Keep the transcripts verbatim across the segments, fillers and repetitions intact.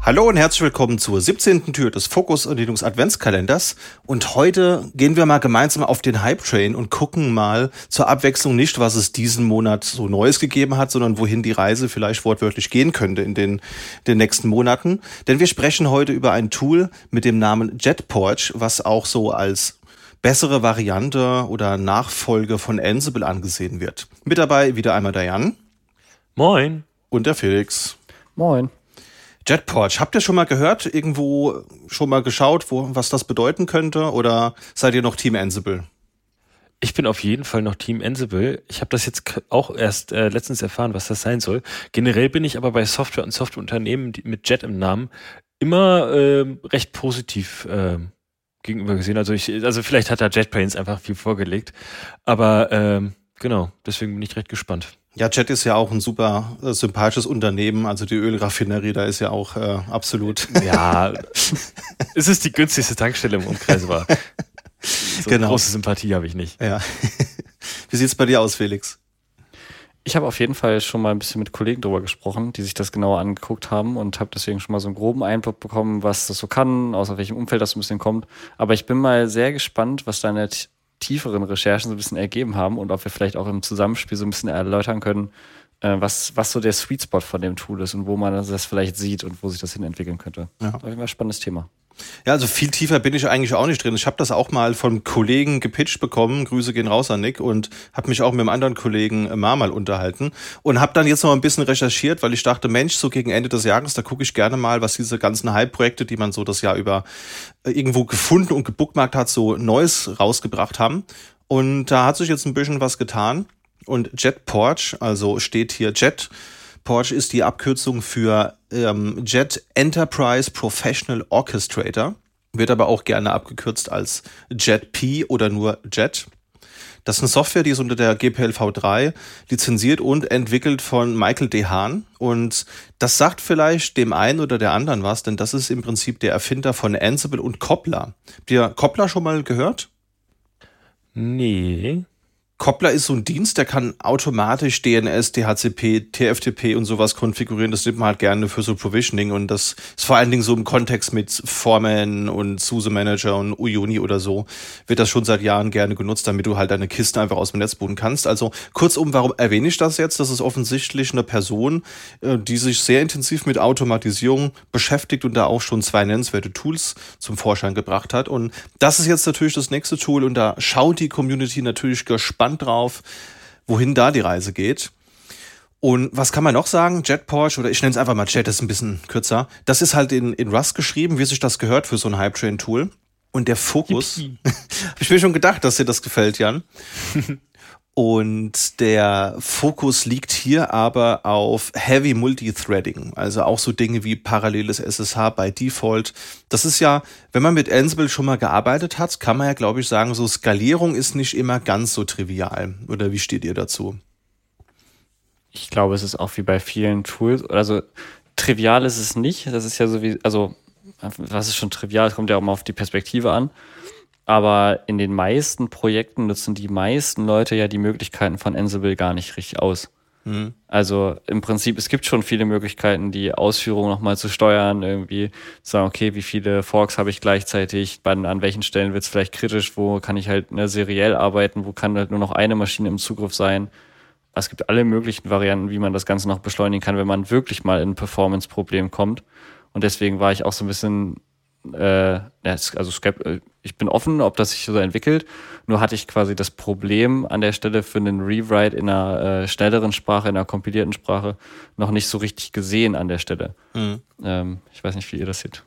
Hallo und herzlich willkommen zur siebzehnten Tür des Focus und Linux Adventskalenders. Und heute gehen wir mal gemeinsam auf den Hype-Train und gucken mal zur Abwechslung nicht, was es diesen Monat so Neues gegeben hat, sondern wohin die Reise vielleicht wortwörtlich gehen könnte in den, den nächsten Monaten. Denn wir sprechen heute über ein Tool mit dem Namen JetPorch, was auch so als bessere Variante oder Nachfolge von Ansible angesehen wird. Mit dabei wieder einmal der Jan. Moin. Und der Felix. Moin. JetPorch, habt ihr schon mal gehört? Irgendwo schon mal geschaut, wo, was das bedeuten könnte? Oder seid ihr noch Team Ansible? Ich bin auf jeden Fall noch Team Ansible. Ich habe das jetzt auch erst äh, letztens erfahren, was das sein soll. Generell bin ich aber bei Software und Softwareunternehmen die, mit Jet im Namen immer äh, recht positiv äh, gegenüber gesehen. Also, ich, also vielleicht hat da JetBrains einfach viel vorgelegt. Aber äh, genau, deswegen bin ich recht gespannt. Ja, Jet ist ja auch ein super äh, sympathisches Unternehmen. Also die Ölraffinerie, da ist ja auch äh, absolut. Ja, es ist die günstigste Tankstelle im Umkreis, war. So genau. Große Sympathie habe ich nicht. Ja. Wie sieht's bei dir aus, Felix? Ich habe auf jeden Fall schon mal ein bisschen mit Kollegen drüber gesprochen, die sich das genauer angeguckt haben und habe deswegen schon mal so einen groben Einblick bekommen, was das so kann, aus welchem Umfeld das ein bisschen kommt. Aber ich bin mal sehr gespannt, was deine t- tieferen Recherchen so ein bisschen ergeben haben und ob wir vielleicht auch im Zusammenspiel so ein bisschen erläutern können, äh, was, was so der Sweet Spot von dem Tool ist und wo man das vielleicht sieht und wo sich das hin entwickeln könnte. Ja. Das ist ein spannendes Thema. Ja, also viel tiefer bin ich eigentlich auch nicht drin. Ich habe das auch mal von Kollegen gepitcht bekommen. Grüße gehen raus an Nick und habe mich auch mit einem anderen Kollegen mal mal unterhalten und habe dann jetzt noch ein bisschen recherchiert, weil ich dachte, Mensch, so gegen Ende des Jahres, da gucke ich gerne mal, was diese ganzen Hype-Projekte, die man so das Jahr über irgendwo gefunden und gebookmarkt hat, so Neues rausgebracht haben. Und da hat sich jetzt ein bisschen was getan. Und JetPorch, also steht hier Jet. Porch ist die Abkürzung für ähm, Jet Enterprise Professional Orchestrator, wird aber auch gerne abgekürzt als JetP oder nur Jet. Das ist eine Software, die ist unter der G P L v drei lizenziert und entwickelt von Michael De Haan. Und das sagt vielleicht dem einen oder der anderen was, denn das ist im Prinzip der Erfinder von Ansible und Copla. Habt ihr Copla schon mal gehört? Nee. Copla ist so ein Dienst, der kann automatisch D N S, D H C P, T F T P und sowas konfigurieren. Das nimmt man halt gerne für so Provisioning und das ist vor allen Dingen so im Kontext mit Foreman und SUSE Manager und Uyuni oder so wird das schon seit Jahren gerne genutzt, damit du halt deine Kisten einfach aus dem Netz booten kannst. Also kurzum, warum erwähne ich das jetzt? Das ist offensichtlich eine Person, die sich sehr intensiv mit Automatisierung beschäftigt und da auch schon zwei nennenswerte Tools zum Vorschein gebracht hat. Und das ist jetzt natürlich das nächste Tool und da schaut die Community natürlich gespannt drauf, wohin da die Reise geht. Und was kann man noch sagen? JetPorch, oder ich nenne es einfach mal Jet, das ist ein bisschen kürzer. Das ist halt in, in Rust geschrieben, wie sich das gehört für so ein Hype-Train-Tool. Und der Fokus, habe ich mir schon gedacht, dass dir das gefällt, Jan. Und der Fokus liegt hier aber auf Heavy Multithreading, also auch so Dinge wie paralleles S S H by Default. Das ist ja, wenn man mit Ansible schon mal gearbeitet hat, kann man ja, glaube ich, sagen, so Skalierung ist nicht immer ganz so trivial. Oder wie steht ihr dazu? Ich glaube, es ist auch wie bei vielen Tools, also trivial ist es nicht, das ist ja so wie, also was ist schon trivial, es kommt ja auch mal auf die Perspektive an. Aber in den meisten Projekten nutzen die meisten Leute ja die Möglichkeiten von Ansible gar nicht richtig aus. Mhm. Also im Prinzip, es gibt schon viele Möglichkeiten, die Ausführung nochmal zu steuern, irgendwie zu sagen, okay, wie viele Forks habe ich gleichzeitig, bei, an welchen Stellen wird es vielleicht kritisch, wo kann ich halt ne, seriell arbeiten, wo kann halt nur noch eine Maschine im Zugriff sein. Es gibt alle möglichen Varianten, wie man das Ganze noch beschleunigen kann, wenn man wirklich mal in ein Performance-Problem kommt. Und deswegen war ich auch so ein bisschen Äh, also ich bin offen, ob das sich so entwickelt. Nur hatte ich quasi das Problem an der Stelle für einen Rewrite in einer äh, schnelleren Sprache, in einer kompilierten Sprache noch nicht so richtig gesehen an der Stelle. Mhm. Ähm, ich weiß nicht, wie ihr das seht.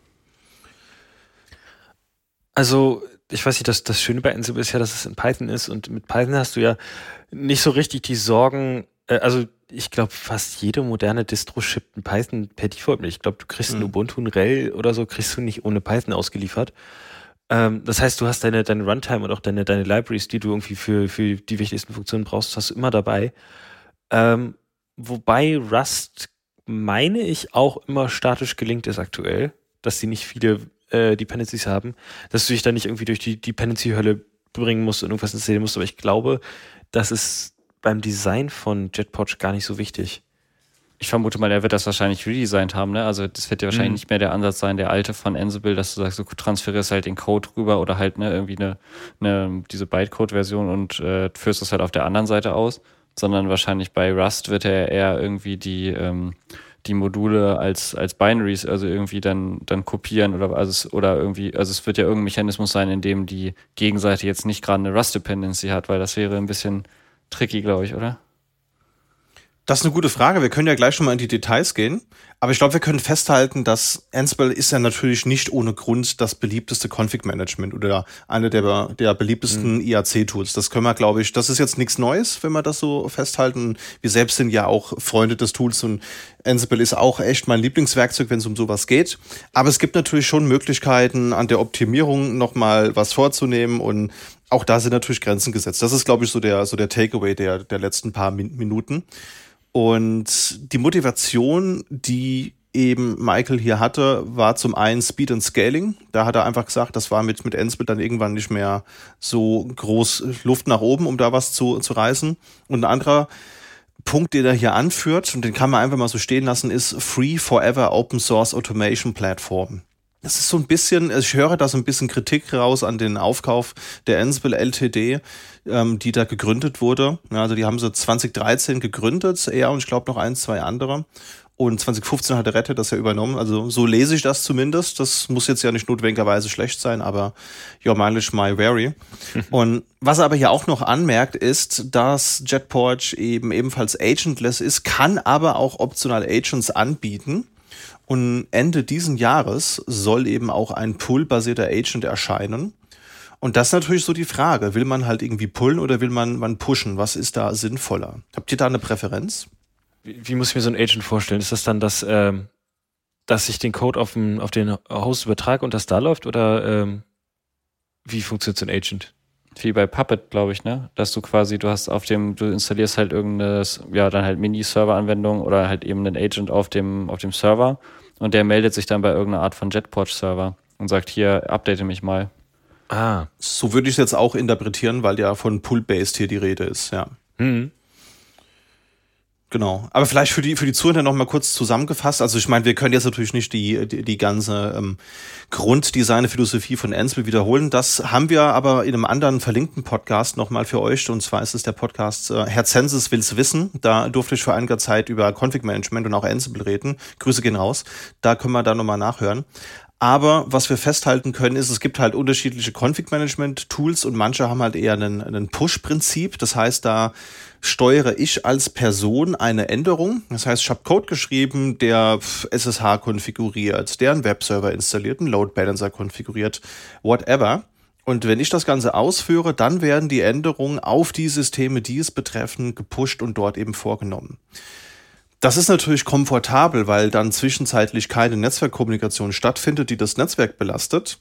Also ich weiß nicht, das, das Schöne bei Ansible ist ja, dass es in Python ist und mit Python hast du ja nicht so richtig die Sorgen, äh, also ich glaube, fast jede moderne Distro schippt ein Python per Default mit. Ich glaube, du kriegst mhm. ein Ubuntu, ein R H E L oder so, kriegst du nicht ohne Python ausgeliefert. Ähm, das heißt, du hast deine, deine Runtime und auch deine, deine Libraries, die du irgendwie für, für die wichtigsten Funktionen brauchst, hast du immer dabei. Ähm, wobei Rust, meine ich, auch immer statisch gelingt ist aktuell, dass sie nicht viele äh, Dependencies haben, dass du dich dann nicht irgendwie durch die Dependency-Hölle bringen musst und irgendwas installieren musst. Aber ich glaube, das ist beim Design von JetPorch gar nicht so wichtig. ich vermute mal, er wird das wahrscheinlich redesigned haben, ne? Also das wird ja wahrscheinlich mhm. nicht mehr der Ansatz sein, der alte von Ansible, dass du sagst, du transferierst halt den Code rüber oder halt ne, irgendwie eine, eine diese Bytecode-Version und äh, führst das halt auf der anderen Seite aus, sondern wahrscheinlich bei Rust wird er eher irgendwie die, ähm, die Module als, als Binaries, also irgendwie dann, dann kopieren oder also es, oder irgendwie, also es wird ja irgendein Mechanismus sein, in dem die Gegenseite jetzt nicht gerade eine Rust-Dependency hat, weil das wäre ein bisschen tricky, glaube ich, oder? Das ist eine gute Frage. Wir können ja gleich schon mal in die Details gehen. Aber ich glaube, wir können festhalten, dass Ansible ist ja natürlich nicht ohne Grund das beliebteste Config-Management oder eine der, der beliebtesten mhm. I A C-Tools. Das können wir, glaube ich, das ist jetzt nichts Neues, wenn wir das so festhalten. Wir selbst sind ja auch Freunde des Tools und Ansible ist auch echt mein Lieblingswerkzeug, wenn es um sowas geht. Aber es gibt natürlich schon Möglichkeiten, an der Optimierung nochmal was vorzunehmen und auch da sind natürlich Grenzen gesetzt. Das ist, glaube ich, so der, so der Takeaway der, der letzten paar Min- Minuten. Und die Motivation, die eben Michael hier hatte, war zum einen Speed and Scaling. Da hat er einfach gesagt, das war mit, mit Ansible dann irgendwann nicht mehr so groß Luft nach oben, um da was zu, zu reißen. Und ein anderer Punkt, den er hier anführt, und den kann man einfach mal so stehen lassen, ist Free Forever Open Source Automation Platform. Das ist so ein bisschen, ich höre da so ein bisschen Kritik raus an den Aufkauf der Ansible L T D, ähm, die da gegründet wurde. Ja, also die haben sie zwanzig dreizehn gegründet, er und ich glaube noch ein, zwei andere. Und zwanzig fünfzehn hat der Red Hat das ja übernommen. Also so lese ich das zumindest. Das muss jetzt ja nicht notwendigerweise schlecht sein, aber your mileage my vary. Und was er aber hier auch noch anmerkt, ist, dass JetPorch eben ebenfalls agentless ist, kann aber auch optional Agents anbieten. Und Ende diesen Jahres soll eben auch ein Pull-basierter Agent erscheinen. Und das ist natürlich so die Frage. Will man halt irgendwie pullen oder will man, man pushen? Was ist da sinnvoller? Habt ihr da eine Präferenz? Wie, wie muss ich mir so ein Agent vorstellen? Ist das dann, dass, ähm, dass ich den Code auf den, auf den Host übertrage und das da läuft? Oder ähm, wie funktioniert so ein Agent? Wie bei Puppet, glaube ich, ne? Dass du quasi, du hast auf dem, du installierst halt irgendeine, ja, dann halt Mini-Server-Anwendung oder halt eben einen Agent auf dem, auf dem Server und der meldet sich dann bei irgendeiner Art von JetPorch-Server und sagt, hier, update mich mal. Ah. So würde ich es jetzt auch interpretieren, weil ja von Pull-Based hier die Rede ist, ja. Mhm. Genau. Aber vielleicht für die, für die Zuhörer noch mal kurz zusammengefasst. Also ich meine, wir können jetzt natürlich nicht die, die, die ganze ähm, Grunddesign-Philosophie von Ansible wiederholen. Das haben wir aber in einem anderen verlinkten Podcast noch mal für euch. Und zwar ist es der Podcast äh, Herr Zensis will's wissen. Da durfte ich vor einiger Zeit über Config-Management und auch Ansible reden. Grüße gehen raus. Da können wir da noch mal nachhören. Aber was wir festhalten können, ist, es gibt halt unterschiedliche Config-Management-Tools und manche haben halt eher einen, einen Push-Prinzip. Das heißt, da steuere ich als Person eine Änderung. Das heißt, ich habe Code geschrieben, der S S H konfiguriert, der einen Webserver installiert, einen Load Balancer konfiguriert, whatever. Und wenn ich das Ganze ausführe, dann werden die Änderungen auf die Systeme, die es betreffen, gepusht und dort eben vorgenommen. Das ist natürlich komfortabel, weil dann zwischenzeitlich keine Netzwerkkommunikation stattfindet, die das Netzwerk belastet.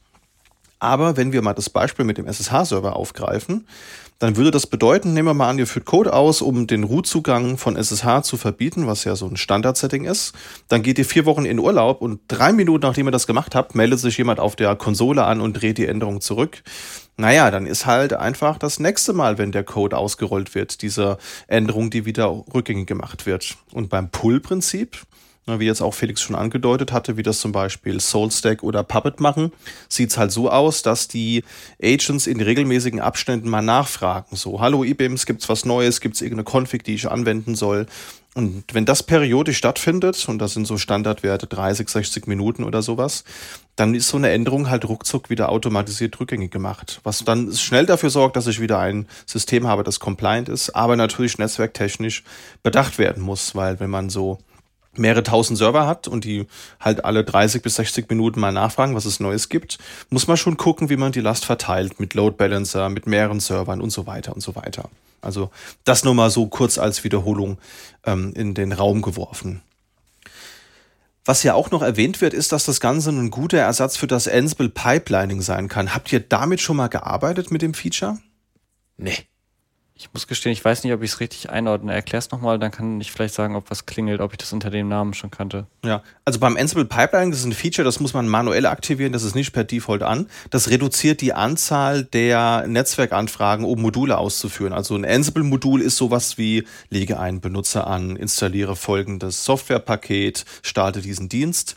Aber wenn wir mal das Beispiel mit dem S S H-Server aufgreifen, dann würde das bedeuten, nehmen wir mal an, ihr führt Code aus, um den Root-Zugang von S S H zu verbieten, was ja so ein Standard-Setting ist. Dann geht ihr vier Wochen in Urlaub und drei Minuten, nachdem ihr das gemacht habt, meldet sich jemand auf der Konsole an und dreht die Änderung zurück. Naja, dann ist halt einfach das nächste Mal, wenn der Code ausgerollt wird, diese Änderung, die wieder rückgängig gemacht wird. Und beim Pull-Prinzip, wie jetzt auch Felix schon angedeutet hatte, wie das zum Beispiel SoulStack oder Puppet machen, sieht es halt so aus, dass die Agents in regelmäßigen Abständen mal nachfragen. So, hallo I B I M S, gibt's was Neues? Gibt's irgendeine Config, die ich anwenden soll? Und wenn das periodisch stattfindet, und das sind so Standardwerte dreißig, sechzig Minuten oder sowas, dann ist so eine Änderung halt ruckzuck wieder automatisiert rückgängig gemacht. Was dann schnell dafür sorgt, dass ich wieder ein System habe, das compliant ist, aber natürlich netzwerktechnisch bedacht werden muss, weil wenn man so mehrere tausend Server hat und die halt alle dreißig bis sechzig Minuten mal nachfragen, was es Neues gibt, muss man schon gucken, wie man die Last verteilt mit Load Balancer, mit mehreren Servern und so weiter und so weiter. Also das nur mal so kurz als Wiederholung ähm, in den Raum geworfen. Was ja auch noch erwähnt wird, ist, dass das Ganze ein guter Ersatz für das Ansible Pipelining sein kann. Habt ihr damit schon mal gearbeitet mit dem Feature? Nee. Ich muss gestehen, ich weiß nicht, ob ich es richtig einordne. Erklär's nochmal, dann kann ich vielleicht sagen, ob was klingelt, ob ich das unter dem Namen schon kannte. Ja, also beim Ansible Pipeline, das ist ein Feature, das muss man manuell aktivieren, das ist nicht per Default an. Das reduziert die Anzahl der Netzwerkanfragen, um Module auszuführen. Also ein Ansible-Modul ist sowas wie, lege einen Benutzer an, installiere folgendes Softwarepaket, starte diesen Dienst.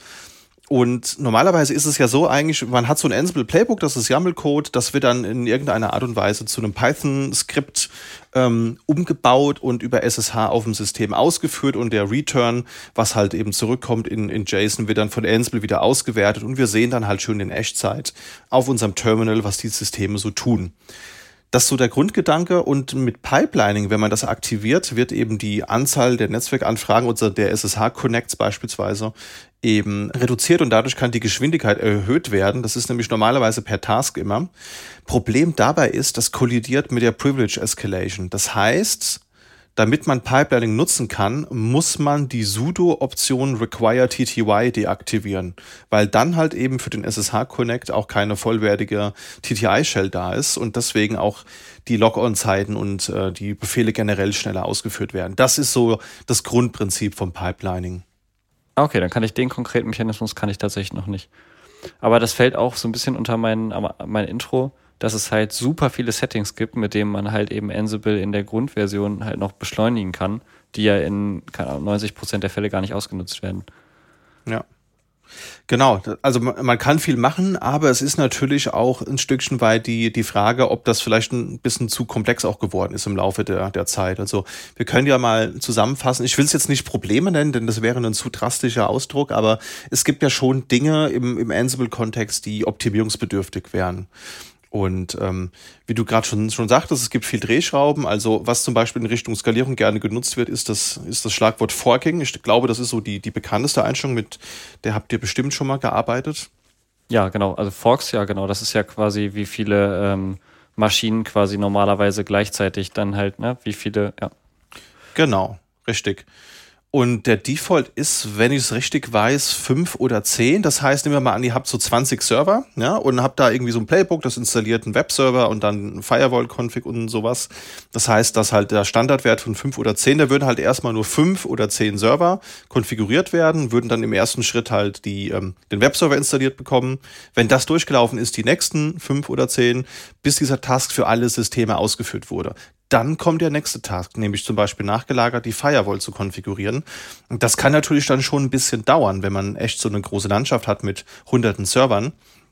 Und normalerweise ist es ja so eigentlich, man hat so ein Ansible Playbook, das ist YAML-Code, das wird dann in irgendeiner Art und Weise zu einem Python-Skript ähm, umgebaut und über S S H auf dem System ausgeführt und der Return, was halt eben zurückkommt in, in JSON, wird dann von Ansible wieder ausgewertet und wir sehen dann halt schön in Echtzeit auf unserem Terminal, was die Systeme so tun. Das ist so der Grundgedanke und mit Pipelining, wenn man das aktiviert, wird eben die Anzahl der Netzwerkanfragen, also der S S H-Connects beispielsweise, eben reduziert und dadurch kann die Geschwindigkeit erhöht werden. Das ist nämlich normalerweise per Task immer. Problem dabei ist, das kollidiert mit der Privilege Escalation. Das heißt, damit man Pipelining nutzen kann, muss man die sudo-Option require T T Y deaktivieren, weil dann halt eben für den S S H-Connect auch keine vollwertige T T I-Shell da ist und deswegen auch die Log-on-Zeiten und äh, die Befehle generell schneller ausgeführt werden. Das ist so das Grundprinzip vom Pipelining. Okay, dann kann ich den konkreten Mechanismus kann ich tatsächlich noch nicht. Aber das fällt auch so ein bisschen unter mein, mein Intro, dass es halt super viele Settings gibt, mit denen man halt eben Ansible in der Grundversion halt noch beschleunigen kann, die ja in keine Ahnung, neunzig Prozent der Fälle gar nicht ausgenutzt werden. Ja. Genau, also man kann viel machen, aber es ist natürlich auch ein Stückchen weit die, die Frage, ob das vielleicht ein bisschen zu komplex auch geworden ist im Laufe der, der Zeit. Also wir können ja mal zusammenfassen, ich will es jetzt nicht Probleme nennen, denn das wäre ein zu drastischer Ausdruck, aber es gibt ja schon Dinge im, im Ansible-Kontext, die optimierungsbedürftig wären. Und ähm, wie du gerade schon schon sagtest, es gibt viel Drehschrauben. Also was zum Beispiel in Richtung Skalierung gerne genutzt wird, ist das ist das Schlagwort Forking. Ich glaube, das ist so die die bekannteste Einstellung, mit der habt ihr bestimmt schon mal gearbeitet. Ja, genau. Also Forks, ja genau. Das ist ja quasi, wie viele ähm, Maschinen quasi normalerweise gleichzeitig dann halt, ne? Wie viele, ja. Genau, richtig. Und der Default ist, wenn ich es richtig weiß, fünf oder zehn. Das heißt, nehmen wir mal an, ihr habt so zwanzig Server, ja, und habt da irgendwie so ein Playbook, das installiert einen Webserver und dann Firewall-Config und sowas. Das heißt, dass halt der Standardwert von fünf oder zehn, da würden halt erstmal nur fünf oder zehn Server konfiguriert werden, würden dann im ersten Schritt halt die, ähm, den Webserver installiert bekommen. Wenn das durchgelaufen ist, die nächsten fünf oder zehn, bis dieser Task für alle Systeme ausgeführt wurde. Dann kommt der nächste Task, nämlich zum Beispiel nachgelagert die Firewall zu konfigurieren. Und das kann natürlich dann schon ein bisschen dauern, wenn man echt so eine große Landschaft hat mit hunderten Servern.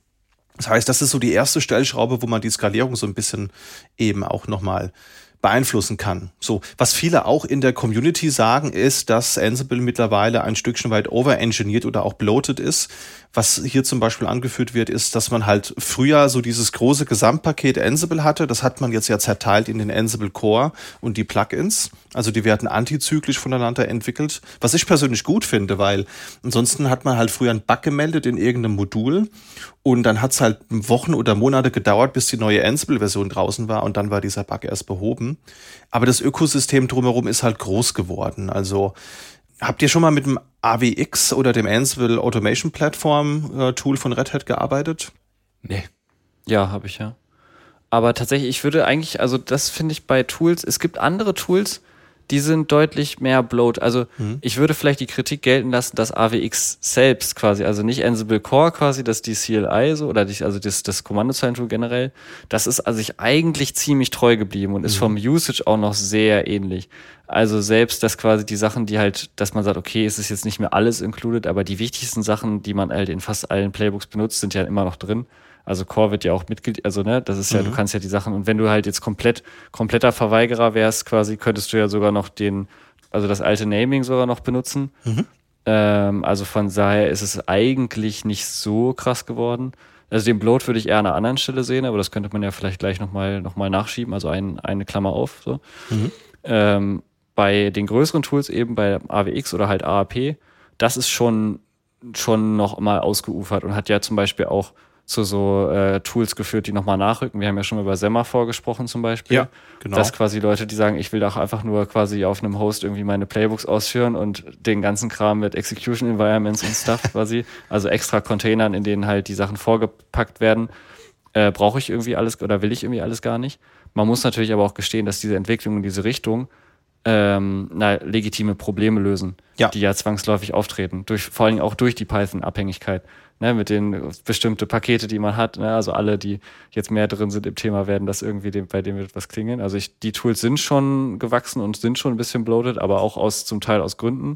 Das heißt, das ist so die erste Stellschraube, wo man die Skalierung so ein bisschen eben auch nochmal beeinflussen kann. So, was viele auch in der Community sagen, ist, dass Ansible mittlerweile ein Stückchen weit overengineert oder auch bloated ist. Was hier zum Beispiel angeführt wird, ist, dass man halt früher so dieses große Gesamtpaket Ansible hatte. Das hat man jetzt ja zerteilt in den Ansible Core und die Plugins. Also die werden antizyklisch voneinander entwickelt. Was ich persönlich gut finde, weil ansonsten hat man halt früher einen Bug gemeldet in irgendeinem Modul und dann hat es halt Wochen oder Monate gedauert, bis die neue Ansible-Version draußen war und dann war dieser Bug erst behoben. Aber das Ökosystem drumherum ist halt groß geworden. Also habt ihr schon mal mit dem A W X oder dem Ansible Automation Platform äh, Tool von Red Hat gearbeitet? Nee. Ja, habe ich ja. Aber tatsächlich, ich würde eigentlich, also das finde ich bei Tools, es gibt andere Tools, die sind deutlich mehr bloat. Also mhm. ich würde vielleicht die Kritik gelten lassen, dass A W X selbst quasi, also nicht Ansible Core quasi, dass die C L I so, oder die, also das, das Kommandozeilentool generell, das ist also sich eigentlich ziemlich treu geblieben und mhm. ist vom Usage auch noch sehr ähnlich. Also selbst, dass quasi die Sachen, die halt, dass man sagt, okay, es ist jetzt nicht mehr alles included, aber die wichtigsten Sachen, die man halt in fast allen Playbooks benutzt, sind ja immer noch drin. Also Core wird ja auch mitglied, also ne, das ist ja, mhm. du kannst ja die Sachen, und wenn du halt jetzt komplett, kompletter Verweigerer wärst quasi, könntest du ja sogar noch den, also das alte Naming sogar noch benutzen. Mhm. Ähm, also von daher ist es eigentlich nicht so krass geworden. Also den Bloat würde ich eher an einer anderen Stelle sehen, aber das könnte man ja vielleicht gleich nochmal noch mal nachschieben, also ein, eine Klammer auf. So. Mhm. Ähm, bei den größeren Tools eben, bei A W X oder halt A A P, das ist schon, schon noch mal ausgeufert und hat ja zum Beispiel auch zu so äh, Tools geführt, die nochmal nachrücken. Wir haben ja schon über Semaphore gesprochen zum Beispiel. Ja, genau. Dass quasi Leute, die sagen, ich will doch einfach nur quasi auf einem Host irgendwie meine Playbooks ausführen und den ganzen Kram mit Execution Environments und Stuff quasi, also extra Containern, in denen halt die Sachen vorgepackt werden. Äh, brauche ich irgendwie alles oder will ich irgendwie alles gar nicht? Man muss natürlich aber auch gestehen, dass diese Entwicklung in diese Richtung ähm, na, legitime Probleme lösen, ja. die ja zwangsläufig auftreten, durch, vor allen Dingen auch durch die Python-Abhängigkeit, ne, mit den bestimmten Pakete, die man hat. Ne, also alle, die jetzt mehr drin sind im Thema, werden das irgendwie dem, bei dem wird was klingeln. Also ich, die Tools sind schon gewachsen und sind schon ein bisschen bloated, aber auch aus zum Teil aus Gründen.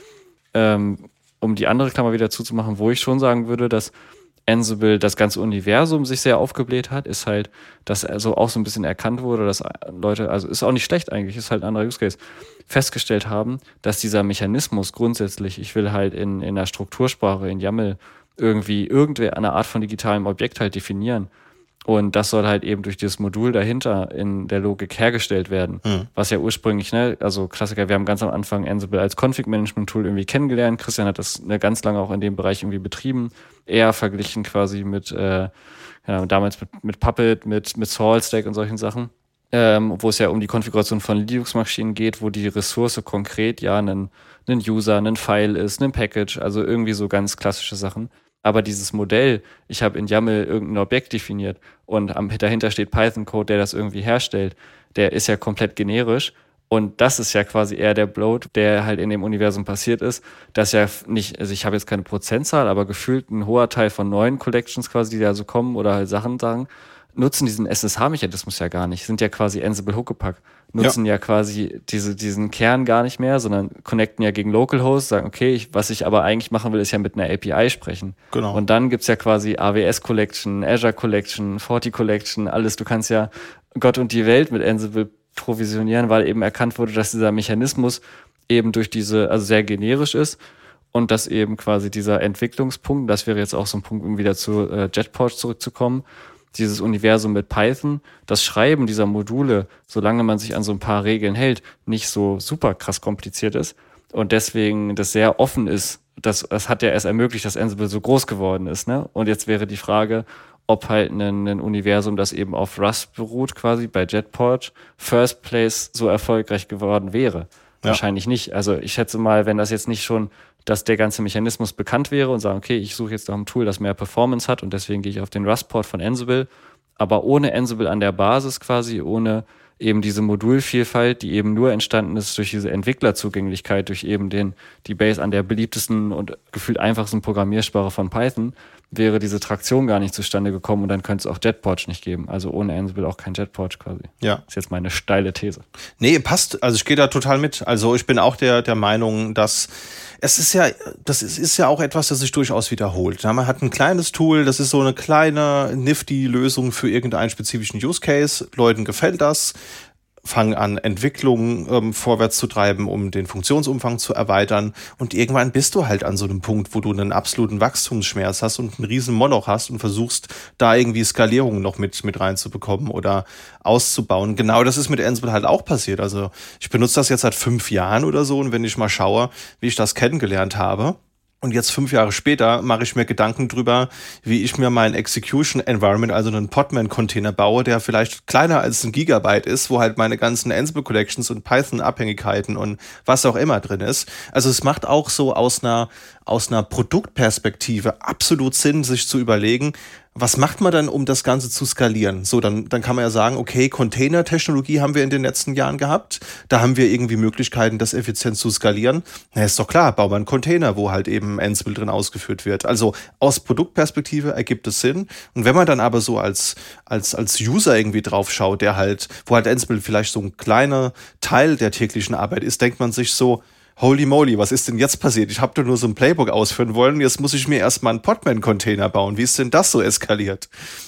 Ähm, um die andere Klammer wieder zuzumachen, wo ich schon sagen würde, dass Ansible das ganze Universum sich sehr aufgebläht hat, ist halt, dass also auch so ein bisschen erkannt wurde, dass Leute, also ist auch nicht schlecht eigentlich, ist halt ein anderer Use Case, festgestellt haben, dass dieser Mechanismus grundsätzlich, ich will halt in, in einer Struktursprache, in YAML, irgendwie irgendwer eine Art von digitalem Objekt halt definieren. Und das soll halt eben durch dieses Modul dahinter in der Logik hergestellt werden. Mhm. Was ja ursprünglich, ne, also Klassiker, wir haben ganz am Anfang Ansible als Config-Management-Tool irgendwie kennengelernt. Christian hat das ne, ganz lange auch in dem Bereich irgendwie betrieben. Eher verglichen quasi mit, äh, ja, damals mit, mit Puppet, mit, mit SaltStack und solchen Sachen. Ähm, wo es ja um die Konfiguration von Linux-Maschinen geht, wo die Ressource konkret ja ein, ein User, ein File ist, ein Package, also irgendwie so ganz klassische Sachen. Aber dieses Modell, ich habe in YAML irgendein Objekt definiert und am, dahinter steht Python-Code, der das irgendwie herstellt, der ist ja komplett generisch. Und das ist ja quasi eher der Bloat, der halt in dem Universum passiert ist, dass ja nicht, also ich habe jetzt keine Prozentzahl, aber gefühlt ein hoher Teil von neuen Collections quasi, die da so kommen oder halt Sachen sagen, nutzen diesen S S H-Mechanismus ja gar nicht, sind ja quasi Ansible Huckepack, nutzen ja, ja quasi diese, diesen Kern gar nicht mehr, sondern connecten ja gegen Localhost, sagen, okay, ich, was ich aber eigentlich machen will, ist ja mit einer A P I sprechen. Genau. Und dann gibt's ja quasi A W S Collection, Azure Collection, Forti Collection, alles, du kannst ja Gott und die Welt mit Ansible provisionieren, weil eben erkannt wurde, dass dieser Mechanismus eben durch diese, also sehr generisch ist und dass eben quasi dieser Entwicklungspunkt, das wäre jetzt auch so ein Punkt, um wieder zu äh, JetPorch zurückzukommen, dieses Universum mit Python, das Schreiben dieser Module, solange man sich an so ein paar Regeln hält, nicht so super krass kompliziert ist und deswegen das sehr offen ist. Das, das hat ja erst ermöglicht, dass Ansible so groß geworden ist, ne? Und jetzt wäre die Frage, ob halt ein, ein Universum, das eben auf Rust beruht, quasi bei JetPorch, First Place so erfolgreich geworden wäre. Ja. Wahrscheinlich nicht. Also ich schätze mal, wenn das jetzt nicht schon, dass der ganze Mechanismus bekannt wäre und sagen, okay, ich suche jetzt nach einem Tool, das mehr Performance hat und deswegen gehe ich auf den Rust-Port von Ansible, aber ohne Ansible an der Basis quasi, ohne eben diese Modulvielfalt, die eben nur entstanden ist durch diese Entwicklerzugänglichkeit, durch eben den, die Base an der beliebtesten und gefühlt einfachsten Programmiersprache von Python, wäre diese Traktion gar nicht zustande gekommen und dann könnte es auch JetPorch nicht geben. Also ohne Ansible auch kein JetPorch quasi. Ja. Das ist jetzt meine steile These. Nee, passt. Also ich gehe da total mit. Also ich bin auch der, der Meinung, dass es ist ja, das ist, ist ja auch etwas, das sich durchaus wiederholt. Man hat ein kleines Tool, das ist so eine kleine, nifty Lösung für irgendeinen spezifischen Use Case. Leuten gefällt das. Fangen an, Entwicklungen ähm, vorwärts zu treiben, um den Funktionsumfang zu erweitern. Und irgendwann bist du halt an so einem Punkt, wo du einen absoluten Wachstumsschmerz hast und einen riesen Moloch hast und versuchst, da irgendwie Skalierungen noch mit, mit reinzubekommen oder auszubauen. Genau das ist mit Ansible halt auch passiert. Also ich benutze das jetzt seit fünf Jahren oder so und wenn ich mal schaue, wie ich das kennengelernt habe, und jetzt fünf Jahre später mache ich mir Gedanken drüber, wie ich mir mein Execution Environment, also einen Podman-Container baue, der vielleicht kleiner als ein Gigabyte ist, wo halt meine ganzen Ansible Collections und Python-Abhängigkeiten und was auch immer drin ist. Also es macht auch so aus einer, aus einer Produktperspektive absolut Sinn, sich zu überlegen, was macht man dann, um das Ganze zu skalieren? So, dann, dann kann man ja sagen, okay, Container-Technologie haben wir in den letzten Jahren gehabt. Da haben wir irgendwie Möglichkeiten, das effizient zu skalieren. Na, ist doch klar, bauen wir einen Container, wo halt eben Ansible drin ausgeführt wird. Also aus Produktperspektive ergibt es Sinn. Und wenn man dann aber so als, als, als User irgendwie drauf schaut, der halt, wo halt Ansible vielleicht so ein kleiner Teil der täglichen Arbeit ist, denkt man sich so, holy moly, was ist denn jetzt passiert? Ich habe doch nur so ein Playbook ausführen wollen, jetzt muss ich mir erstmal einen Podman-Container bauen. Wie ist denn das so eskaliert?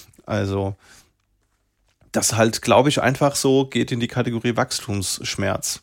Also, das halt, glaube ich, einfach so geht in die Kategorie Wachstumsschmerz.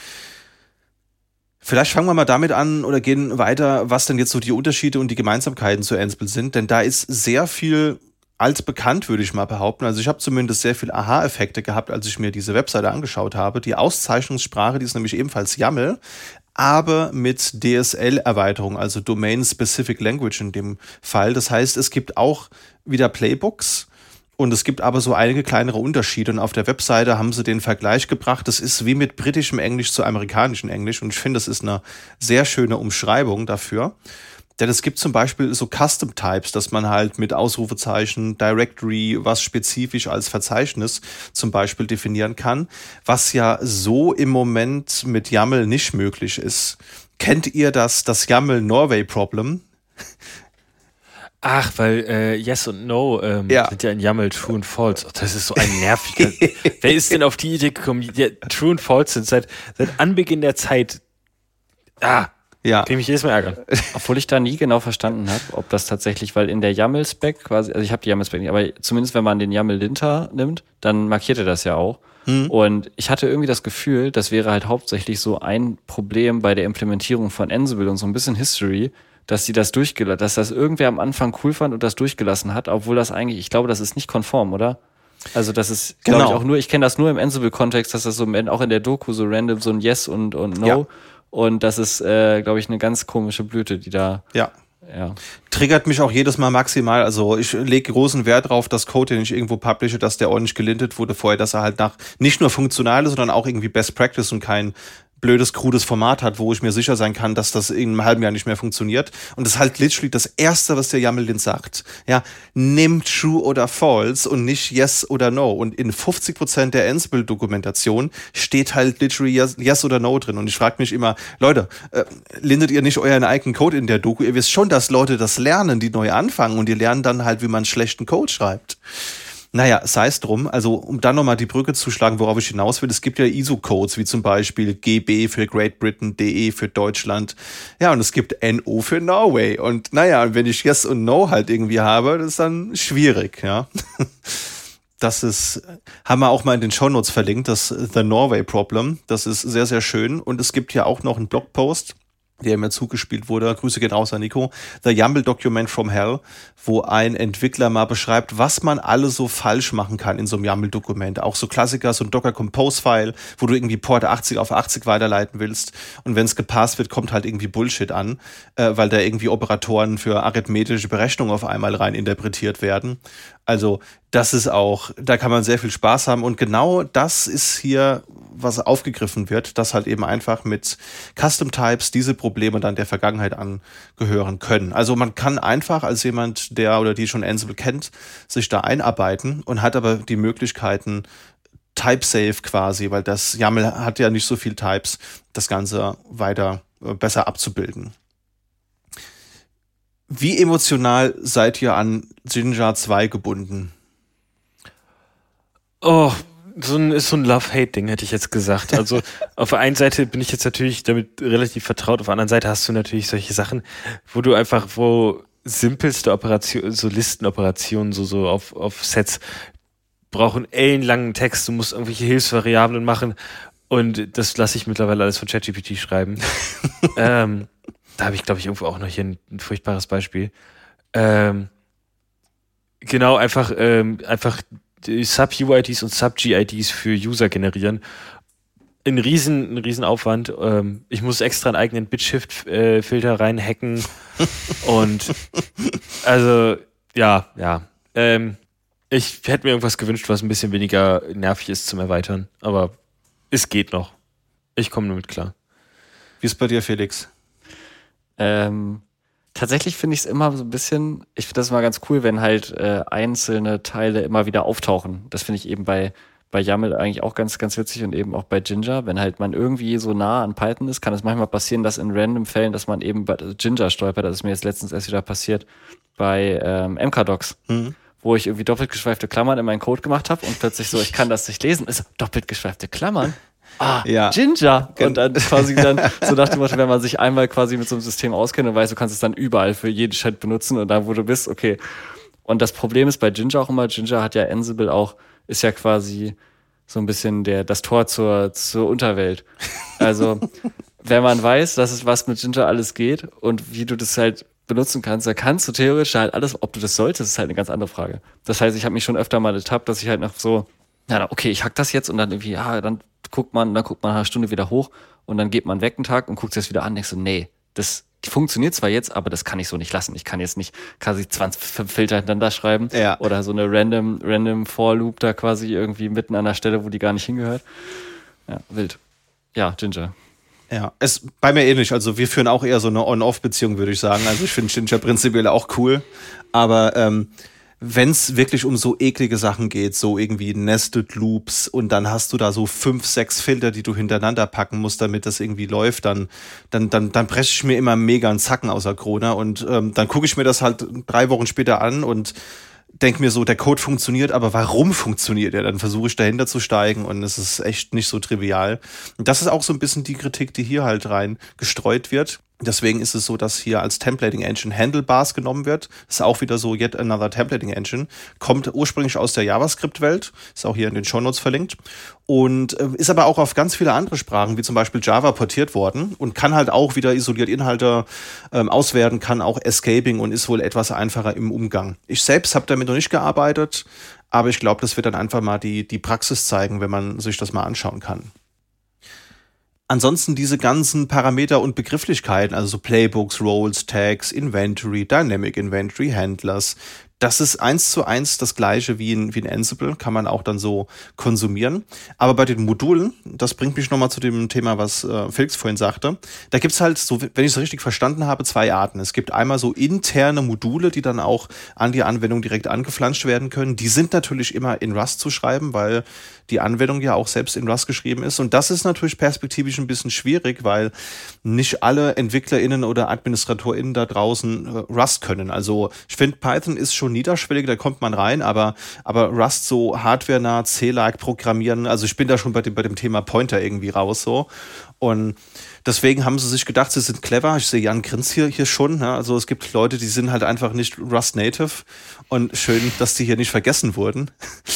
Vielleicht fangen wir mal damit an oder gehen weiter, was denn jetzt so die Unterschiede und die Gemeinsamkeiten zu Ansible sind, denn da ist sehr viel altbekannt, würde ich mal behaupten. Also ich habe zumindest sehr viel Aha-Effekte gehabt, als ich mir diese Webseite angeschaut habe. Die Auszeichnungssprache, die ist nämlich ebenfalls YAML, aber mit D S L-Erweiterung, also Domain-Specific Language in dem Fall. Das heißt, es gibt auch wieder Playbooks und es gibt aber so einige kleinere Unterschiede. Und auf der Webseite haben sie den Vergleich gebracht. Das ist wie mit britischem Englisch zu amerikanischem Englisch und ich finde, das ist eine sehr schöne Umschreibung dafür. Denn es gibt zum Beispiel so Custom Types, dass man halt mit Ausrufezeichen, Directory, was spezifisch als Verzeichnis zum Beispiel definieren kann, was ja so im Moment mit YAML nicht möglich ist. Kennt ihr das, das YAML Norway Problem? Ach, weil äh, Yes und No ähm, ja. sind ja in YAML True und False. Oh, das ist so ein nerviger. Wer ist denn auf die Idee gekommen? Ja, True und False sind seit, seit Anbeginn der Zeit. Ah, ja. Kann ich mich jedes Mal ärgern. Obwohl ich da nie genau verstanden habe, ob das tatsächlich, weil in der YAML-Spec quasi, also ich habe die YAML-Spec nicht, aber zumindest wenn man den YAML-Linter nimmt, dann markiert er das ja auch. Hm. Und ich hatte irgendwie das Gefühl, das wäre halt hauptsächlich so ein Problem bei der Implementierung von Ansible und so ein bisschen History, dass sie das durchgelassen, dass das irgendwer am Anfang cool fand und das durchgelassen hat, obwohl das eigentlich, ich glaube, das ist nicht konform, oder? Also das ist, glaube genau. ich, auch nur, ich kenne das nur im Ansible-Kontext, dass das so auch in der Doku so random so ein Yes und, und No. Ja. Und das ist, äh, glaube ich, eine ganz komische Blüte, die da... Ja. Ja. Triggert mich auch jedes Mal maximal. Also ich lege großen Wert drauf, dass Code, den ich irgendwo publische, dass der ordentlich gelintet wurde vorher, dass er halt nach nicht nur funktional ist, sondern auch irgendwie Best Practice und kein blödes, krudes Format hat, wo ich mir sicher sein kann, dass das in einem halben Jahr nicht mehr funktioniert. Und das ist halt literally das Erste, was der YAML-Lint sagt. Ja, nimm True oder False und nicht Yes oder No. Und in fünfzig Prozent der Ansible-Dokumentation steht halt literally yes, yes oder No drin. Und ich frage mich immer, Leute, äh, lindet ihr nicht euren eigenen Code in der Doku? Ihr wisst schon, dass Leute das lernen, die neu anfangen und die lernen dann halt, wie man schlechten Code schreibt. Naja, sei es drum, also um dann nochmal die Brücke zu schlagen, worauf ich hinaus will, es gibt ja I S O-Codes, wie zum Beispiel G B für Great Britain, D E für Deutschland, ja, und es gibt N O für Norway, und naja, wenn ich Yes und No halt irgendwie habe, das ist dann schwierig, ja. Das ist, haben wir auch mal in den Shownotes verlinkt, das The Norway Problem, das ist sehr, sehr schön, und es gibt ja auch noch einen Blogpost, der mir zugespielt wurde, Grüße gehen raus an Nico, The YAML Document from Hell, wo ein Entwickler mal beschreibt, was man alles so falsch machen kann in so einem YAML-Dokument. Auch so Klassiker, so ein Docker-Compose-File, wo du irgendwie Port achtzig auf achtzig weiterleiten willst, und wenn es gepasst wird, kommt halt irgendwie Bullshit an, äh, weil da irgendwie Operatoren für arithmetische Berechnungen auf einmal rein interpretiert werden. Also das ist auch, da kann man sehr viel Spaß haben, und genau das ist hier, was aufgegriffen wird, dass halt eben einfach mit Custom Types diese Probleme dann der Vergangenheit angehören können. Also man kann einfach als jemand, der oder die schon Ansible kennt, sich da einarbeiten und hat aber die Möglichkeiten, Type-Safe quasi, weil das YAML hat ja nicht so viel Types, das Ganze weiter äh, besser abzubilden. Wie emotional seid ihr an Jinja zwei gebunden? Oh, so ein, ist so ein Love-Hate-Ding, hätte ich jetzt gesagt. Also auf der einen Seite bin ich jetzt natürlich damit relativ vertraut, auf der anderen Seite hast du natürlich solche Sachen, wo du einfach, wo simpelste Operationen, so Listenoperationen, so, so auf, auf Sets brauchen ellenlangen Text, du musst irgendwelche Hilfsvariablen machen, und das lasse ich mittlerweile alles von ChatGPT schreiben. ähm, da habe ich, glaube ich, irgendwo auch noch hier ein, ein furchtbares Beispiel. Ähm, genau, einfach, ähm, einfach Sub-U I Ds und Sub-G I Ds für User generieren. Ein riesen, ein riesen Aufwand. Ähm, ich muss extra einen eigenen Bitshift-Filter äh, reinhacken. Und also, ja, ja. Ähm, ich hätte mir irgendwas gewünscht, was ein bisschen weniger nervig ist zum Erweitern. Aber es geht noch. Ich komme damit klar. Wie ist bei dir, Felix? Ähm, tatsächlich finde ich es immer so ein bisschen, ich finde das immer ganz cool, wenn halt äh, einzelne Teile immer wieder auftauchen. Das finde ich eben bei, bei YAML eigentlich auch ganz, ganz witzig, und eben auch bei Jinja. Wenn halt man irgendwie so nah an Python ist, kann es manchmal passieren, dass in random Fällen, dass man eben bei Jinja stolpert. Das ist mir jetzt letztens erst wieder passiert bei ähm, M K Docs. Mhm. Wo ich irgendwie doppelt geschweifte Klammern in meinen Code gemacht habe und plötzlich so, ich kann das nicht lesen. Ist doppelt geschweifte Klammern? Ah, ja. Jinja. Und dann quasi dann, so nach dem Motto, wenn man sich einmal quasi mit so einem System auskennt und weiß, du kannst es dann überall für jeden Chat benutzen, und da, wo du bist, okay. Und das Problem ist bei Jinja auch immer, Jinja hat ja Ansible auch, ist ja quasi so ein bisschen der, das Tor zur, zur Unterwelt. Also, wenn man weiß, dass es was mit Jinja alles geht und wie du das halt benutzen kannst, da kannst du theoretisch halt alles, ob du das solltest, ist halt eine ganz andere Frage. Das heißt, ich habe mich schon öfter mal ertappt, dass ich halt noch so, ja, okay, ich hack das jetzt, und dann irgendwie, ja, dann guckt man, dann guckt man nach einer Stunde wieder hoch, und dann geht man weg einen Tag und guckt sich das wieder an und denkt so, nee, das funktioniert zwar jetzt, aber das kann ich so nicht lassen. Ich kann jetzt nicht quasi zwanzig Filter hintereinander schreiben, ja, oder so eine random, random For-Loop da quasi irgendwie mitten an der Stelle, wo die gar nicht hingehört. Ja, wild. Ja, Jinja. Ja, es bei mir ähnlich. Also wir führen auch eher so eine On-Off-Beziehung, würde ich sagen. Also ich finde Ginger prinzipiell auch cool. Aber ähm, wenn es wirklich um so eklige Sachen geht, so irgendwie Nested Loops und dann hast du da so fünf, sechs Filter, die du hintereinander packen musst, damit das irgendwie läuft, dann dann dann dann presche ich mir immer mega einen Zacken aus der Krone und ähm, dann gucke ich mir das halt drei Wochen später an und denke mir so, der Code funktioniert, aber warum funktioniert er? Dann versuche ich dahinter zu steigen und es ist echt nicht so trivial. Und das ist auch so ein bisschen die Kritik, die hier halt rein gestreut wird. Deswegen ist es so, dass hier als Templating Engine Handlebars genommen wird. Das ist auch wieder so yet another Templating Engine. Kommt ursprünglich aus der JavaScript-Welt. Ist auch hier in den Shownotes verlinkt. Und äh, ist aber auch auf ganz viele andere Sprachen, wie zum Beispiel Java, portiert worden. Und kann halt auch wieder isoliert Inhalte ähm, auswerten, kann auch Escaping und ist wohl etwas einfacher im Umgang. Ich selbst habe damit noch nicht gearbeitet, aber ich glaube, das wird dann einfach mal die, die Praxis zeigen, wenn man sich das mal anschauen kann. Ansonsten diese ganzen Parameter und Begrifflichkeiten, also so Playbooks, Roles, Tags, Inventory, Dynamic Inventory, Handlers, das ist eins zu eins das gleiche wie in, wie in Ansible, kann man auch dann so konsumieren. Aber bei den Modulen, das bringt mich nochmal zu dem Thema, was äh, Felix vorhin sagte, da gibt's halt, so, wenn ich es richtig verstanden habe, zwei Arten. Es gibt einmal so interne Module, die dann auch an die Anwendung direkt angeflanscht werden können. Die sind natürlich immer in Rust zu schreiben, weil die Anwendung ja auch selbst in Rust geschrieben ist. Und das ist natürlich perspektivisch ein bisschen schwierig, weil nicht alle EntwicklerInnen oder AdministratorInnen da draußen äh, Rust können. Also ich finde, Python ist schon niederschwellig, da kommt man rein, aber, aber Rust so hardwarenah, C-like programmieren, also ich bin da schon bei dem, bei dem Thema Pointer irgendwie raus so. Und deswegen haben sie sich gedacht, sie sind clever. Ich sehe Jan Grins hier, hier schon. Ne? Also es gibt Leute, die sind halt einfach nicht Rust Native. Und schön, dass die hier nicht vergessen wurden.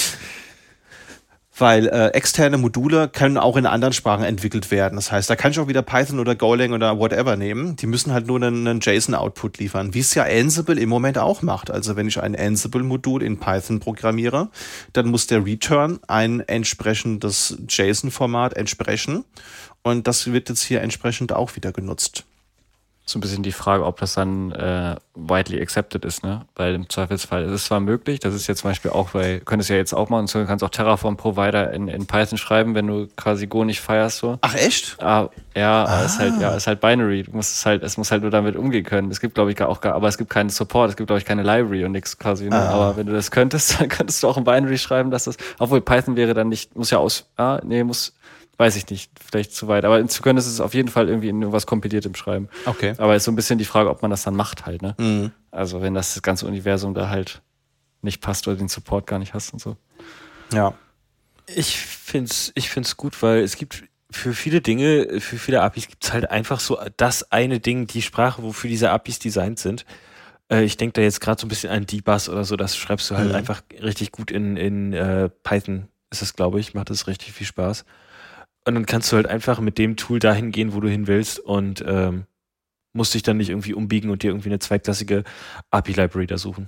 Weil äh, externe Module können auch in anderen Sprachen entwickelt werden. Das heißt, da kann ich auch wieder Python oder Golang oder whatever nehmen. Die müssen halt nur einen, einen JSON-Output liefern, wie es ja Ansible im Moment auch macht. Also wenn ich ein Ansible-Modul in Python programmiere, dann muss der Return ein entsprechendes JSON-Format entsprechen. Und das wird jetzt hier entsprechend auch wieder genutzt. So ein bisschen die Frage, ob das dann äh, widely accepted ist, ne? Weil im Zweifelsfall ist es zwar möglich, das ist jetzt zum Beispiel auch, weil du könntest ja jetzt auch machen, du kannst auch Terraform-Provider in, in Python schreiben, wenn du quasi Go nicht feierst so. Ach echt? Ah, ja, Ah. ist halt, ja, ist halt binary. Du musst es halt, es muss halt nur damit umgehen können. Es gibt, glaube ich, auch gar, aber es gibt keinen Support, es gibt, glaube ich, keine Library und nichts quasi. Ne? Ah. Aber wenn du das könntest, dann könntest du auch in Binary schreiben, dass das, obwohl Python wäre dann nicht, muss ja aus, ah, nee, muss, weiß ich nicht, vielleicht zu weit. Aber zu können ist es auf jeden Fall irgendwie in irgendwas Kompiliertem schreiben. Okay. Aber ist so ein bisschen die Frage, ob man das dann macht halt, ne? Mhm. Also wenn das, das ganze Universum da halt nicht passt oder den Support gar nicht hast und so. Ja. Ich find's, ich find's gut, weil es gibt für viele Dinge, für viele A P Is gibt's halt einfach so das eine Ding, die Sprache, wofür diese A P Is designt sind. Äh, ich denke da jetzt gerade so ein bisschen an D-Bus oder so, das schreibst du halt Mhm. einfach richtig gut in, in äh, Python, ist es, glaube ich, macht das richtig viel Spaß. Und dann kannst du halt einfach mit dem Tool dahin gehen, wo du hin willst und ähm, musst dich dann nicht irgendwie umbiegen und dir irgendwie eine zweiklassige A P I-Library da suchen.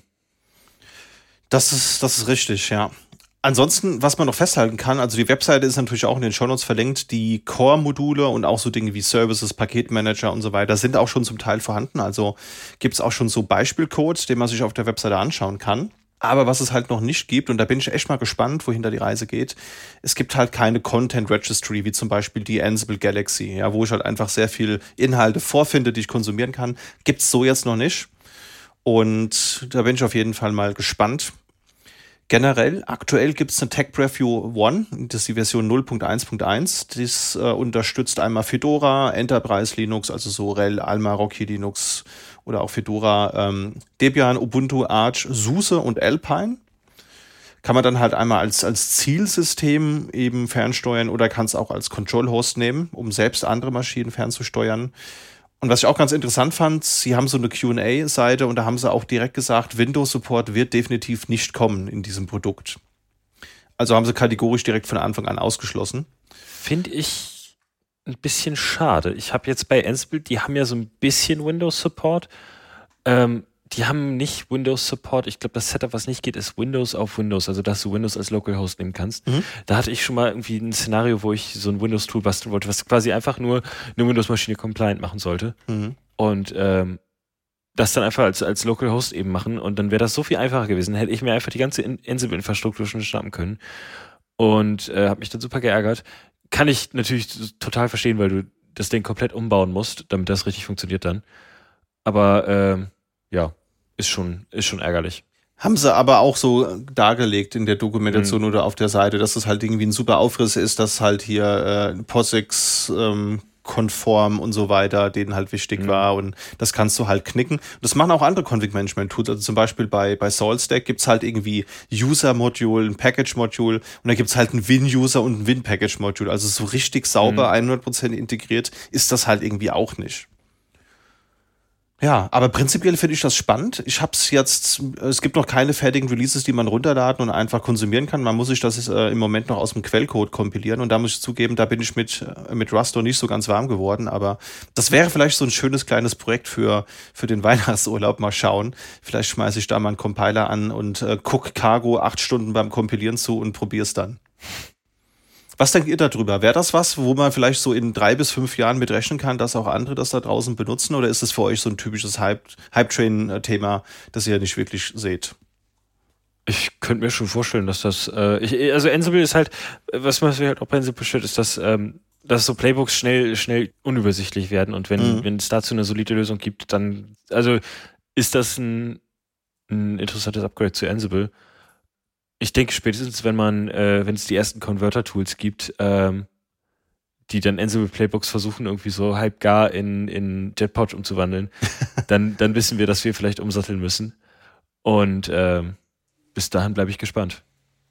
Das ist, das ist richtig, ja. Ansonsten, was man noch festhalten kann, also die Webseite ist natürlich auch in den Shownotes verlinkt, die Core-Module und auch so Dinge wie Services, Paketmanager und so weiter sind auch schon zum Teil vorhanden. Also gibt es auch schon so Beispielcode, den man sich auf der Webseite anschauen kann. Aber was es halt noch nicht gibt, und da bin ich echt mal gespannt, wohin da die Reise geht, es gibt halt keine Content Registry, wie zum Beispiel die Ansible Galaxy, ja, wo ich halt einfach sehr viel Inhalte vorfinde, die ich konsumieren kann. Gibt's so jetzt noch nicht. Und da bin ich auf jeden Fall mal gespannt. Generell, aktuell gibt es eine Tech Preview One, das ist die Version null Punkt eins Punkt eins. Das äh, unterstützt einmal Fedora, Enterprise Linux, also so R H E L, Alma, Rocky Linux oder auch Fedora, ähm, Debian, Ubuntu, Arch, SUSE und Alpine. Kann man dann halt einmal als, als Zielsystem eben fernsteuern oder kann es auch als Control Host nehmen, um selbst andere Maschinen fernzusteuern. Und was ich auch ganz interessant fand, sie haben so eine Q und A-Seite und da haben sie auch direkt gesagt, Windows-Support wird definitiv nicht kommen in diesem Produkt. Also haben sie kategorisch direkt von Anfang an ausgeschlossen. Finde ich ein bisschen schade. Ich habe jetzt bei Ansible, die haben ja so ein bisschen Windows-Support. Ähm, die haben nicht Windows-Support. Ich glaube, das Setup, was nicht geht, ist Windows auf Windows. Also, dass du Windows als Localhost nehmen kannst. Mhm. Da hatte ich schon mal irgendwie ein Szenario, wo ich so ein Windows-Tool basteln wollte, was quasi einfach nur eine Windows-Maschine compliant machen sollte. Mhm. Und ähm, das dann einfach als, als Localhost eben machen. Und dann wäre das so viel einfacher gewesen. Hätte ich mir einfach die ganze Ansible-Infrastruktur schon schnappen können. Und äh, habe mich dann super geärgert. Kann ich natürlich total verstehen, weil du das Ding komplett umbauen musst, damit das richtig funktioniert dann. Aber ähm, ja, ist schon, ist schon ärgerlich. Haben sie aber auch so dargelegt in der Dokumentation mhm. oder auf der Seite, dass das halt irgendwie ein super Aufriss ist, dass halt hier äh, POSIX ähm, konform und so weiter, denen halt wichtig mhm. war und das kannst du halt knicken. Das machen auch andere Config-Management-Tools, also zum Beispiel bei, bei SaltStack gibt's halt irgendwie User-Module, ein Package-Module und da gibt's halt ein Win-User und ein Win-Package-Module, also so richtig sauber mhm. hundert Prozent integriert ist das halt irgendwie auch nicht. Ja, aber prinzipiell finde ich das spannend. Ich habe es jetzt, es gibt noch keine fertigen Releases, die man runterladen und einfach konsumieren kann. Man muss sich das äh, im Moment noch aus dem Quellcode kompilieren und da muss ich zugeben, da bin ich mit mit Rust noch nicht so ganz warm geworden, aber das wäre vielleicht so ein schönes kleines Projekt für für den Weihnachtsurlaub. Mal schauen. Vielleicht schmeiße ich da mal einen Compiler an und äh, guck Cargo acht Stunden beim Kompilieren zu und probier's dann. Was denkt ihr darüber? Wäre das was, wo man vielleicht so in drei bis fünf Jahren mit rechnen kann, dass auch andere das da draußen benutzen? Oder ist es für euch so ein typisches Hype, Hype-Train-Thema, das ihr nicht wirklich seht? Ich könnte mir schon vorstellen, dass das, äh, ich, also Ansible ist halt, was man halt auch bei Ansible stört, ist, dass, ähm, dass so Playbooks schnell, schnell unübersichtlich werden und wenn, mhm. wenn es dazu eine solide Lösung gibt, dann, also ist das ein, ein interessantes Upgrade zu Ansible. Ich denke spätestens, wenn man, äh, wenn es die ersten Converter-Tools gibt, ähm, die dann Ansible-Playbooks versuchen, irgendwie so halb gar in, in Jetpouch umzuwandeln, dann, dann wissen wir, dass wir vielleicht umsatteln müssen. Und ähm, bis dahin bleibe ich gespannt.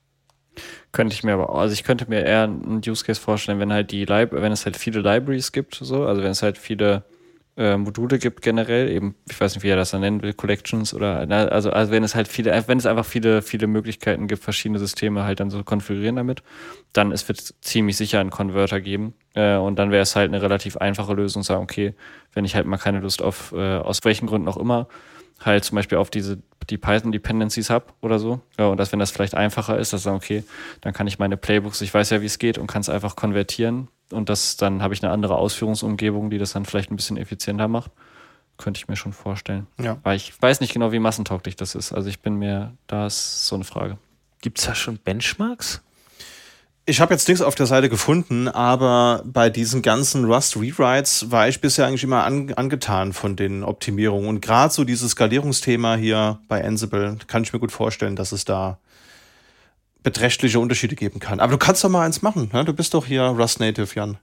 Könnte ich mir aber auch, also ich könnte mir eher einen Use Case vorstellen, wenn halt die Lib- wenn es halt viele Libraries gibt, so, also wenn es halt viele äh, Module gibt generell, eben, ich weiß nicht, wie er das dann nennen will, Collections oder, also, also wenn es halt viele, wenn es einfach viele, viele Möglichkeiten gibt, verschiedene Systeme halt dann so konfigurieren damit, dann es wird ziemlich sicher einen Converter geben äh, und dann wäre es halt eine relativ einfache Lösung, sagen, okay, wenn ich halt mal keine Lust auf, äh, aus welchen Gründen auch immer, halt zum Beispiel auf diese, die Python-Dependencies habe oder so, ja, und dass, wenn das vielleicht einfacher ist, dass ich sage, okay, dann kann ich meine Playbooks, ich weiß ja, wie es geht und kann es einfach konvertieren und das, dann habe ich eine andere Ausführungsumgebung, die das dann vielleicht ein bisschen effizienter macht. Könnte ich mir schon vorstellen. Ja. Weil ich weiß nicht genau, wie massentauglich das ist. Also ich bin mir, da ist so eine Frage. Gibt es da schon Benchmarks? Ich habe jetzt nichts auf der Seite gefunden, aber bei diesen ganzen Rust-Rewrites war ich bisher eigentlich immer an, angetan von den Optimierungen. Und gerade so dieses Skalierungsthema hier bei Ansible, kann ich mir gut vorstellen, dass es da beträchtliche Unterschiede geben kann. Aber du kannst doch mal eins machen, ne? Du bist doch hier Rust-Native, Jan.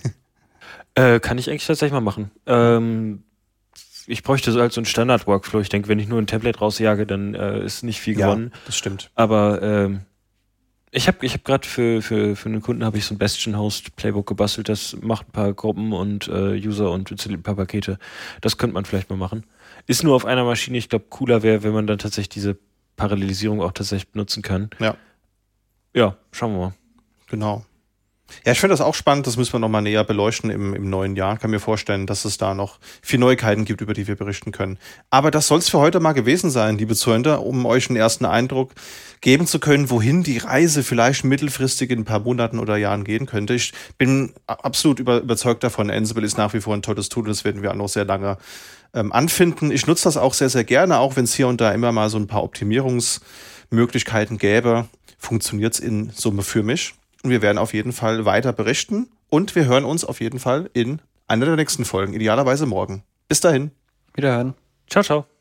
äh, kann ich eigentlich tatsächlich mal machen. Ähm, ich bräuchte so halt so einen Standard-Workflow. Ich denke, wenn ich nur ein Template rausjage, dann äh, ist nicht viel gewonnen. Ja, das stimmt. Aber ähm, Ich habe ich hab gerade für, für, für einen Kunden habe ich so ein Bastion-Host-Playbook gebastelt, das macht ein paar Gruppen und äh, User und installiert ein paar Pakete. Das könnte man vielleicht mal machen. Ist nur auf einer Maschine, ich glaube, cooler wäre, wenn man dann tatsächlich diese Parallelisierung auch tatsächlich benutzen kann. Ja. Ja, schauen wir mal. Genau. Ja, ich finde das auch spannend, das müssen wir nochmal näher beleuchten im, im neuen Jahr. Ich kann mir vorstellen, dass es da noch viele Neuigkeiten gibt, über die wir berichten können. Aber das soll es für heute mal gewesen sein, liebe Zuhörer, um euch einen ersten Eindruck geben zu können, wohin die Reise vielleicht mittelfristig in ein paar Monaten oder Jahren gehen könnte. Ich bin absolut über, überzeugt davon, Ansible ist nach wie vor ein tolles Tool, das werden wir auch noch sehr lange ähm, anfinden. Ich nutze das auch sehr, sehr gerne, auch wenn es hier und da immer mal so ein paar Optimierungsmöglichkeiten gäbe, funktioniert es in Summe für mich. Und wir werden auf jeden Fall weiter berichten und wir hören uns auf jeden Fall in einer der nächsten Folgen, idealerweise morgen. Bis dahin. Wiederhören. Ciao, ciao.